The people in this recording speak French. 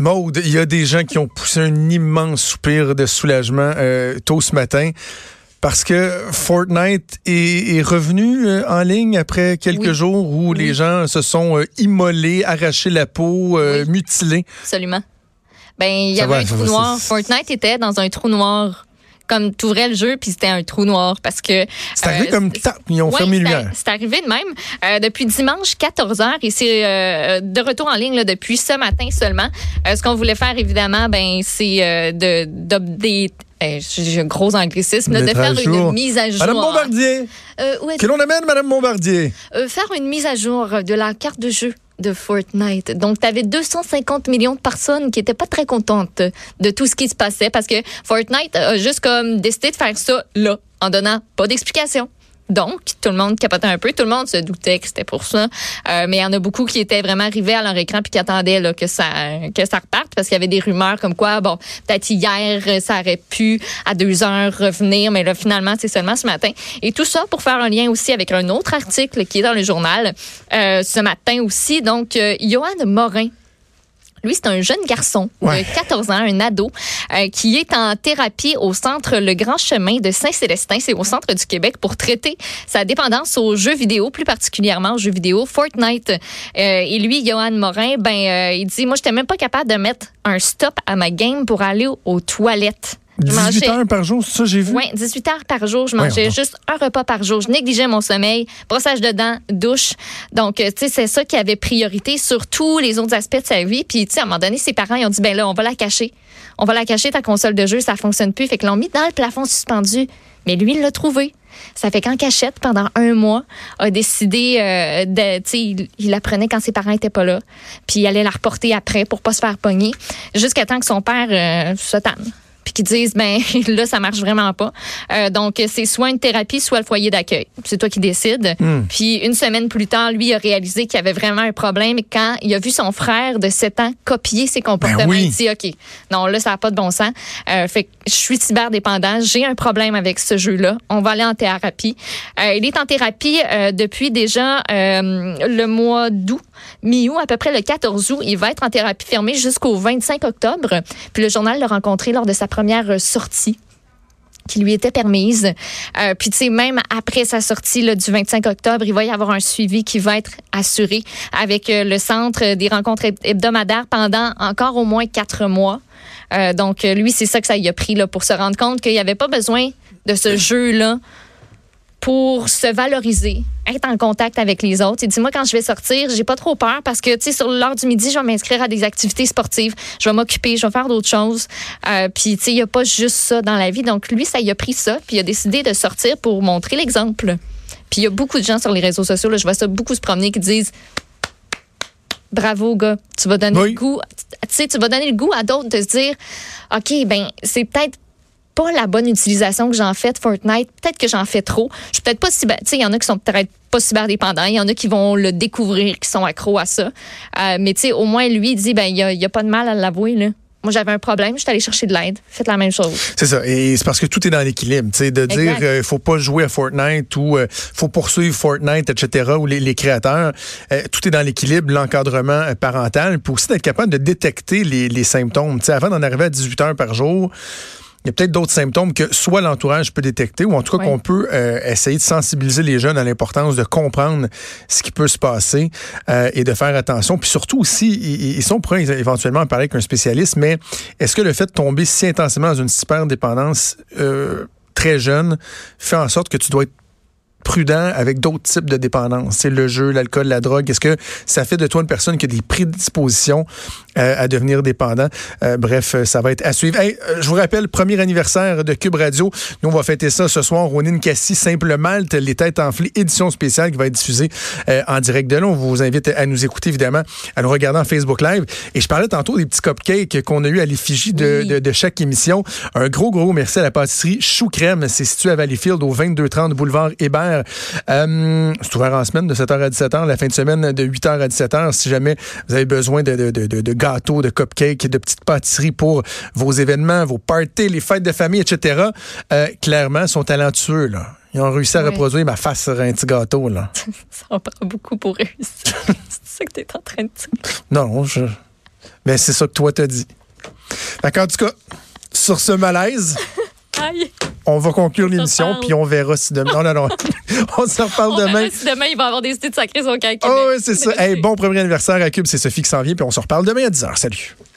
Maude, il y a des gens qui ont poussé un immense soupir de soulagement tôt ce matin parce que Fortnite est revenu en ligne après quelques jours où les gens se sont immolés, arraché la peau, mutilés. Absolument. Il y avait un trou noir. Fortnite était dans un trou noir. Comme tu ouvrais le jeu, puis c'était un trou noir parce que... C'est arrivé comme tap, ils ont fermé lumière. C'est arrivé de même. Depuis dimanche 14h, et c'est de retour en ligne là, depuis ce matin seulement. Ce qu'on voulait faire, évidemment, c'est d'update. J'ai un gros anglicisme, là, de faire une mise à jour. Madame Bombardier! Que l'on amène, Madame Bombardier? Faire une mise à jour de la carte de jeu de Fortnite. Donc, tu avais 250 millions de personnes qui n'étaient pas très contentes de tout ce qui se passait parce que Fortnite a juste comme décidé de faire ça là, en donnant pas d'explication. Donc, tout le monde capotait un peu. Tout le monde se doutait que c'était pour ça. Mais il y en a beaucoup qui étaient vraiment arrivés à leur écran puis qui attendaient là, que ça reparte parce qu'il y avait des rumeurs comme quoi, peut-être hier, ça aurait pu à 2h revenir. Mais là, finalement, c'est seulement ce matin. Et tout ça pour faire un lien aussi avec un autre article qui est dans le journal ce matin aussi. Donc, Johan Morin. Lui, c'est un jeune garçon de 14 ans, un ado, qui est en thérapie au centre Le Grand Chemin de Saint-Célestin. C'est au centre du Québec pour traiter sa dépendance aux jeux vidéo, plus particulièrement aux jeux vidéo Fortnite. Et lui, Johan Morin, il dit, moi, j'étais même pas capable de mettre un stop à ma game pour aller aux toilettes. 18 heures par jour, c'est ça j'ai vu? Oui, 18 heures par jour. Je mangeais juste un repas par jour. Je négligeais mon sommeil, brossage de dents, douche. Donc, tu sais, c'est ça qui avait priorité sur tous les autres aspects de sa vie. Puis, tu sais, à un moment donné, ses parents, ils ont dit, là, on va la cacher. On va la cacher, ta console de jeu, ça fonctionne plus. Fait qu'ils l'ont mis dans le plafond suspendu. Mais lui, il l'a trouvé. Ça fait qu'en cachette, pendant 1 mois, a décidé tu sais, il la prenait quand ses parents étaient pas là. Puis, il allait la reporter après pour pas se faire pogner. Jusqu'à temps que son père se tanne. Puis qu'ils disent, là, ça marche vraiment pas. Donc, c'est soit une thérapie, soit le foyer d'accueil. C'est toi qui décides. Puis, une semaine plus tard, lui, il a réalisé qu'il y avait vraiment un problème. Et quand il a vu son frère de 7 ans copier ses comportements, il dit, OK, non, là, ça n'a pas de bon sens. Fait que je suis cyberdépendant. J'ai un problème avec ce jeu-là. On va aller en thérapie. Il est en thérapie depuis déjà le mois d'août. Mi-août, à peu près le 14 août, il va être en thérapie fermée jusqu'au 25 octobre. Puis le journal l'a rencontré lors de sa première sortie qui lui était permise. Puis, tu sais, même après sa sortie là, du 25 octobre, il va y avoir un suivi qui va être assuré avec le Centre des rencontres hebdomadaires pendant encore au moins 4 mois. Donc, lui, c'est ça que ça y a pris là, pour se rendre compte qu'il n'y avait pas besoin de ce jeu-là pour se valoriser, être en contact avec les autres. Il dit, moi, quand je vais sortir, j'ai pas trop peur parce que, tu sais, sur l'heure du midi, je vais m'inscrire à des activités sportives, je vais m'occuper, je vais faire d'autres choses. Puis, tu sais, il n'y a pas juste ça dans la vie. Donc, lui, ça y a pris ça, puis il a décidé de sortir pour montrer l'exemple. Puis, il y a beaucoup de gens sur les réseaux sociaux, là, je vois ça beaucoup se promener, qui disent, bravo, gars, tu vas donner le goût, tu sais, tu vas donner le goût à d'autres de se dire, OK, c'est peut-être pas la bonne utilisation que j'en fais de Fortnite. Peut-être que j'en fais trop. Je suis peut-être pas cyber... Tu sais, il y en a qui sont peut-être pas cyberdépendants. Il y en a qui vont le découvrir, qui sont accros à ça. Mais tu sais, au moins, lui, il dit, il y a pas de mal à l'avouer, là. Moi, j'avais un problème, je suis allée chercher de l'aide. Faites la même chose. C'est ça. Et c'est parce que tout est dans l'équilibre. Tu sais, de dire, faut pas jouer à Fortnite ou faut poursuivre Fortnite, etc., ou les créateurs. Tout est dans l'équilibre, l'encadrement parental, puis aussi d'être capable de détecter les symptômes. Tu sais, avant d'en arriver à 18 heures par jour, il y a peut-être d'autres symptômes que soit l'entourage peut détecter ou en tout cas qu'on peut essayer de sensibiliser les jeunes à l'importance de comprendre ce qui peut se passer et de faire attention. Puis surtout aussi, ils sont prêts éventuellement à parler avec un spécialiste, mais est-ce que le fait de tomber si intensément dans une cyberdépendance très jeune fait en sorte que tu dois être prudent avec d'autres types de dépendance, c'est le jeu, l'alcool, la drogue. Est-ce que ça fait de toi une personne qui a des prédispositions à devenir dépendant? Bref, ça va être à suivre. Hey, je vous rappelle, premier anniversaire de Cube Radio. Nous, on va fêter ça ce soir. Ronin Cassis, Simple Malte, Les Têtes Enflées, édition spéciale qui va être diffusée en direct de là. On vous invite à nous écouter, évidemment, à nous regarder en Facebook Live. Et je parlais tantôt des petits cupcakes qu'on a eu à l'effigie de chaque émission. Un gros merci à la pâtisserie Chou Crème. C'est situé à Valleyfield, au 2230 boulevard Hébert. C'est ouvert en semaine de 7h à 17h, la fin de semaine de 8h à 17h. Si jamais vous avez besoin de gâteaux, de cupcakes, de petites pâtisseries pour vos événements, vos parties, les fêtes de famille, etc., clairement, sont talentueux, là. Ils ont réussi à reproduire ma face sur un petit gâteau, là. Ça en prend beaucoup pour réussir. C'est ça que tu es en train de dire. Non, Mais c'est ça que toi t'as dit. Fait qu'en tout cas, sur ce malaise... Aïe. On va conclure l'émission, puis on verra si demain... Non. On se reparle demain. Si demain, il va avoir décidé de sacrer son camp. Oh, oui, c'est ça. Hey, bon premier anniversaire à Cube, c'est Sophie qui s'en vient, puis on se reparle demain à 10h. Salut.